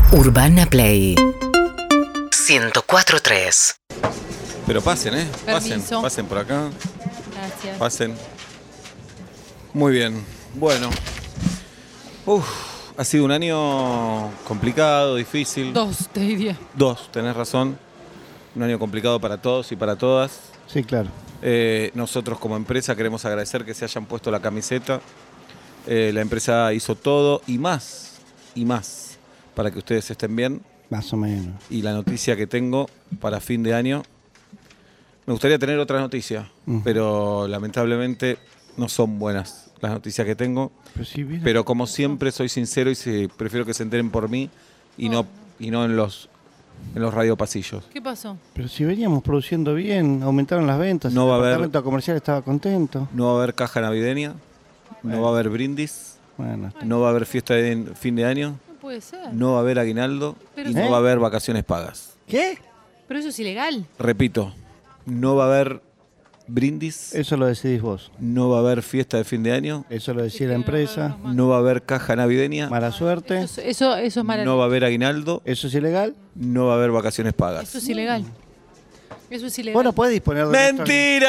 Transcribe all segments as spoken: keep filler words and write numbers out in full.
Urbana Play ciento cuatro punto tres. Pero pasen, ¿eh? Pasen, Permiso. pasen por acá. Gracias. Pasen. Muy bien. Bueno. Uf, ha sido un año complicado, difícil. Dos, te diría. Dos, tenés razón. Un año complicado para todos y para todas. Sí, claro. Eh, nosotros como empresa queremos agradecer que se hayan puesto la camiseta. Eh, la empresa hizo todo y más, y más, para que ustedes estén bien. Más o menos. Y la noticia que tengo para fin de año, me gustaría tener otra noticia, Uh-huh. pero lamentablemente no son buenas las noticias que tengo. Pero, sí, viene- Pero como siempre soy sincero y se- prefiero que se enteren por mí y no, y no en los en los radiopasillos. ¿Qué pasó? pero si veníamos produciendo bien, aumentaron las ventas. No el va a haber- departamento comercial estaba contento. No va a haber caja navideña, no Bueno. va a haber brindis, Bueno, está- no va a haber fiesta de fin de año, No puede ser. no va a haber aguinaldo Pero y sí. no va a haber vacaciones pagas. ¿qué? Pero eso es ilegal. Repito, no va a haber brindis, Eso lo decidís vos. no va a haber fiesta de fin de año, Eso lo decía la empresa. no va a haber caja navideña, Mala suerte. Eso, es- eso, eso es mala. no va a haber aguinaldo, ¿Eso es ilegal? no va a haber vacaciones pagas. Eso es ilegal. Eso es ilegal. Vos no podés disponer de esto.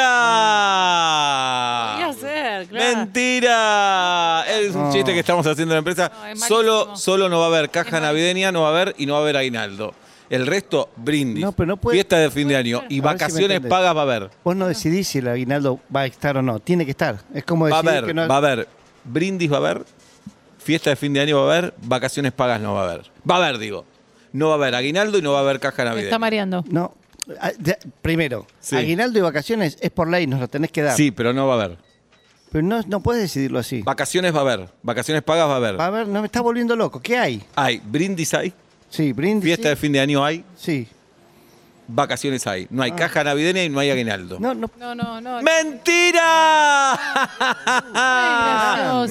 ¡Mentira! Podría ser, claro. ¡Mentira! Es un No. chiste que estamos haciendo en la empresa. No, es malísimo. solo, solo no va a haber Es caja malísimo. navideña, no va a haber y no va a haber aguinaldo. El resto, brindis, No, pero no puede- fiesta de fin de año y A ver si me vacaciones entendés. pagas va a haber. Vos no decidís si el aguinaldo va a estar o no. Tiene que estar. Es como Va a decir haber, que no... va a haber brindis, va a haber fiesta de fin de año, va a haber vacaciones pagas, no va a haber. Va a haber, digo. No va a haber aguinaldo y no va a haber caja Me navideña. está mareando. No. Ah, de- Primero, Sí. aguinaldo y vacaciones es por ley, nos lo tenés que dar. Sí, pero no va a haber. Pero no, no puedes decidirlo así. Vacaciones va a haber. Vacaciones pagas va a haber. Va a ver, no me está volviendo loco. ¿Qué hay? Hay brindis, hay. Sí, brindis. Fiesta de fin de año hay. Sí. Vacaciones hay. No hay caja navideña y no hay aguinaldo. No, no. No, no, no. ¡Mentira! gracioso.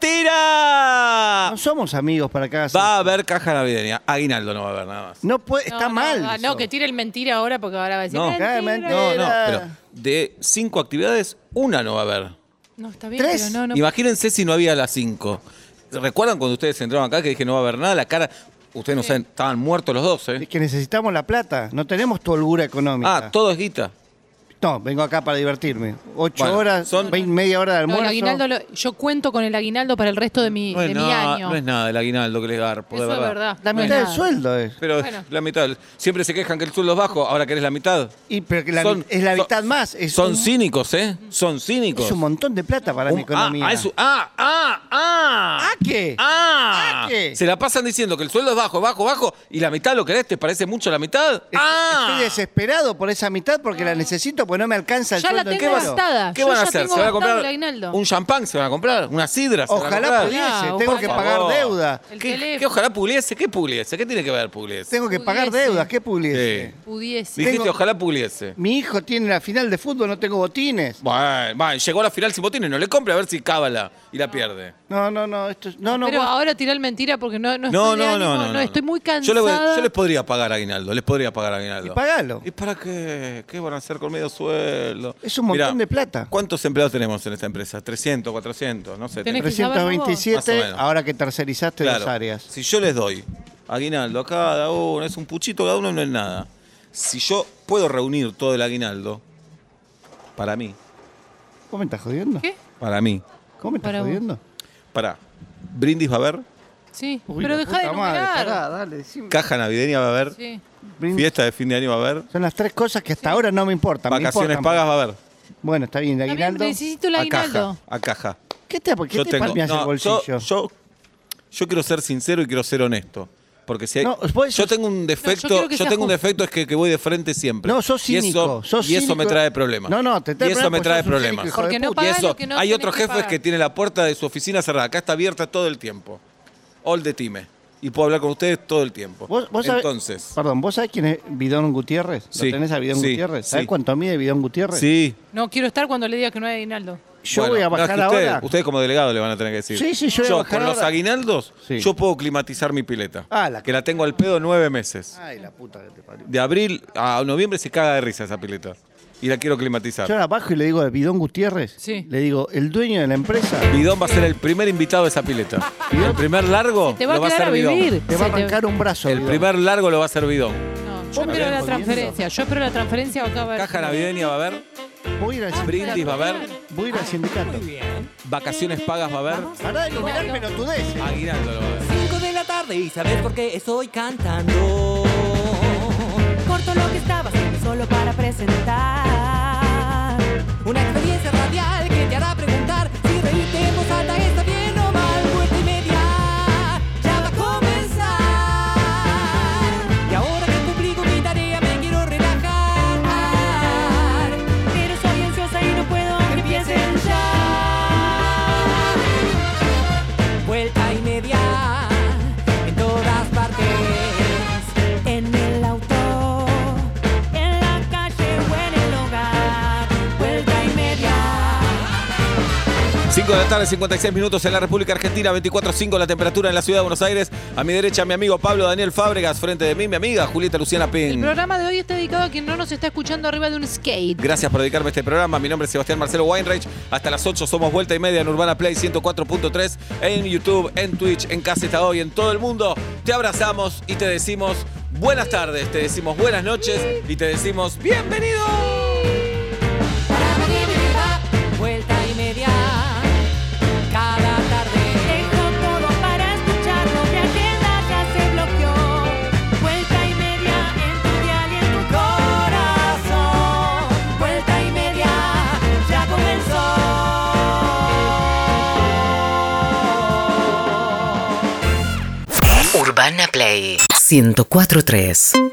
¡Mentira! No somos amigos para que hagas Va a eso. haber caja navideña. Aguinaldo no va a haber nada más. No puede, No, está no, mal. No, eso. que tire el mentira ahora porque ahora va a decir. No. mentira. Ah, mentira. No, no, Era- pero de cinco actividades, una no va a haber. No, está bien. Tres. Pero no, no. Imagínense si no había las cinco. ¿Recuerdan cuando ustedes entraron acá que dije no va a haber nada? La cara. Ustedes no saben, estaban muertos los dos, Es ¿eh? que necesitamos la plata. No tenemos tu holgura económica. Ah, todo es guita. No, vengo acá para divertirme. Ocho Bueno, horas, son- veinte, media hora de No, almuerzo. el aguinaldo lo- yo cuento con el aguinaldo para el resto de mi, No es, de mi nada, año. no es nada el aguinaldo que les garpo, de Eso es verdad. verdad. La No es mitad del nada. sueldo es. Pero Bueno. la mitad. Siempre se quejan que el sueldo es bajo, ahora querés la mitad. Y, pero que la Son- mit- es la son- mitad más. Es Son un, cínicos, ¿eh? Son cínicos. es un montón de plata para mi Un- economía. Ah, ah, eso- ah, ah, ah. ¿Ah, qué? Ah. ¿Ah, qué? Se la pasan diciendo que el sueldo es bajo, bajo, bajo y la mitad lo querés, ¿te parece mucho la mitad? Estoy- ah. Estoy desesperado por esa mitad porque la necesito porque no me alcanza el Ya la sueldo tengo entero. gastada. ¿Qué Yo van a ya hacer? tengo ¿Se van a gastado comprar el aguinaldo. un champán? ¿Se van a comprar? ¿Una sidra? ¿Se van a Ojalá comprar? pudiese. Ah, Tengo por que favor. pagar deuda. El ¿Qué, teléfono. qué ojalá Pugliese? ¿Qué Pugliese? ¿Qué tiene que ver Pugliese? Tengo que pagar Pudiese. deudas. ¿Qué pudiese? Sí. Pudiese. Dijiste Tengo- ojalá Pugliese. Mi hijo tiene la final de fútbol, no tengo botines. Bueno, bueno, llegó a la final sin botines, no le compre a ver si cábala y la pierde. No, no, no. Esto, es- no, no. Pero vos- ahora tirar el mentira porque no, no, No, estoy de no, ánimo, no, no, no. Estoy muy Yo, cansada. le voy- yo les podría pagar aguinaldo, les podría pagar aguinaldo. Y pagalo. ¿Y para qué? ¿Qué van a hacer con medio sueldo? Es un montón Mirá, de plata. ¿Cuántos empleados tenemos en esta empresa? ¿trescientos, cuatrocientos? No sé. Tenés tenés- que saber trescientos vos. veintisiete, Más o menos. ahora que tercerizaste Claro, dos áreas. si yo les doy aguinaldo a cada uno, es un puchito cada uno, no es nada. Si yo puedo reunir todo el aguinaldo, para mí, ¿Cómo me estás jodiendo? ¿Qué? para mí, ¿Cómo me estás Para vos. jodiendo? para brindis va a haber, Sí. Uy, pero la deja de puta madre, enumerar. pará, dale, decime. caja navideña va a haber, Sí. Brindis. fiesta de fin de año va a haber, Son las tres cosas que hasta ahora no me importan. me vacaciones importan. pagas va a haber. Bueno, está bien, Está bien, aguinaldo. necesito el A aguinaldo. caja, a caja. ¿Qué te, ¿qué Yo te tengo, palmeas no, el bolsillo? Yo, yo, yo quiero ser sincero y quiero ser honesto. Porque si hay- No, vos yo sos- tengo un defecto, quiero que yo sea tengo un justo. defecto es que, que voy de frente siempre. No, sos Y eso- cínico, sos y eso me cínico. trae problemas. No, no, te trae Y eso problemas me porque trae sos un cínico, problemas. hijo de Porque no puta. Y pagás eso, lo que no hay tenés otros que jefes pagar. que tienen la puerta de su oficina cerrada. Acá está abierta todo el tiempo. All the time. Y puedo hablar con ustedes todo el tiempo. ¿Vos, vos sabés- Entonces, Perdón, ¿vos sabés quién es Bidón Gutiérrez? ¿Lo Sí, tenés a Bidón sí, Gutiérrez? ¿Sabés sí. cuánto mide Bidón Gutiérrez? sí. No quiero estar cuando le diga que no hay aguinaldo. Yo Bueno, voy a no, es bajar que usted- ahora. Ustedes como delegado le van a tener que decir. Sí, sí, yo voy a bajar con los ahora. aguinaldos, Sí. yo puedo climatizar mi pileta. Ah, la- que la tengo al pedo nueve meses. Ay, la puta que te parió. De abril a noviembre se caga de risa esa pileta. y la quiero climatizar. Yo ahora bajo y le digo a Bidón Gutiérrez, Sí. le digo, el dueño de la empresa Bidón va a ser el primer invitado de esa pileta. El primer largo Te va lo a va a quedar hacer a Bidón. vivir. te va a Se te- arrancar un brazo. El Bidón. primer largo lo va a hacer Bidón. No, yo ¿Vos me espero la estás jodiendo? transferencia. Yo espero la transferencia acá a ver. Caja navideña va a haber, Voy a ir al sindicato. brindis va a haber, Voy a ir al sindicato. vacaciones pagas va a haber, Pará de enumerar pelotudeces. aguinaldo lo va a haber. cinco de la tarde y sabes por qué estoy cantando. Corto lo que estaba haciendo solo para presentar. Una experiencia radial que te hará preguntar si reírte en voz alta está bien o mal. Vuelta y media ya va a comenzar. Y ahora que cumplí con mi tarea me quiero relajar. Pero soy ansiosa y no puedo que empiecen ya. Vuelta y media en todas partes. En el auto, en la calle o en el hogar. Vuelta y media. cinco de la tarde, cincuenta y seis minutos en la República Argentina, veinticuatro cinco la temperatura en la ciudad de Buenos Aires. A mi derecha, mi amigo Pablo Daniel Fábregas. Frente de mí, mi amiga Julieta Luciana El Pin. programa de hoy está dedicado a quien no nos está escuchando arriba de un skate. Gracias por dedicarme a este programa. Mi nombre es Sebastián Marcelo Weinreich. Hasta las ocho somos Vuelta y Media en Urbana Play ciento cuatro punto tres, en YouTube, en Twitch, en Caseta Hoy, en todo el mundo. Te abrazamos y te decimos buenas tardes, te decimos buenas noches y te decimos bienvenido. Vuelta y media cada tarde. Dejo todo para escucharlo. Mi agenda ya se bloqueó. Vuelta y media en tu dial y en tu corazón. Vuelta y media Ya comenzó. Urbana Play ciento cuatro punto tres.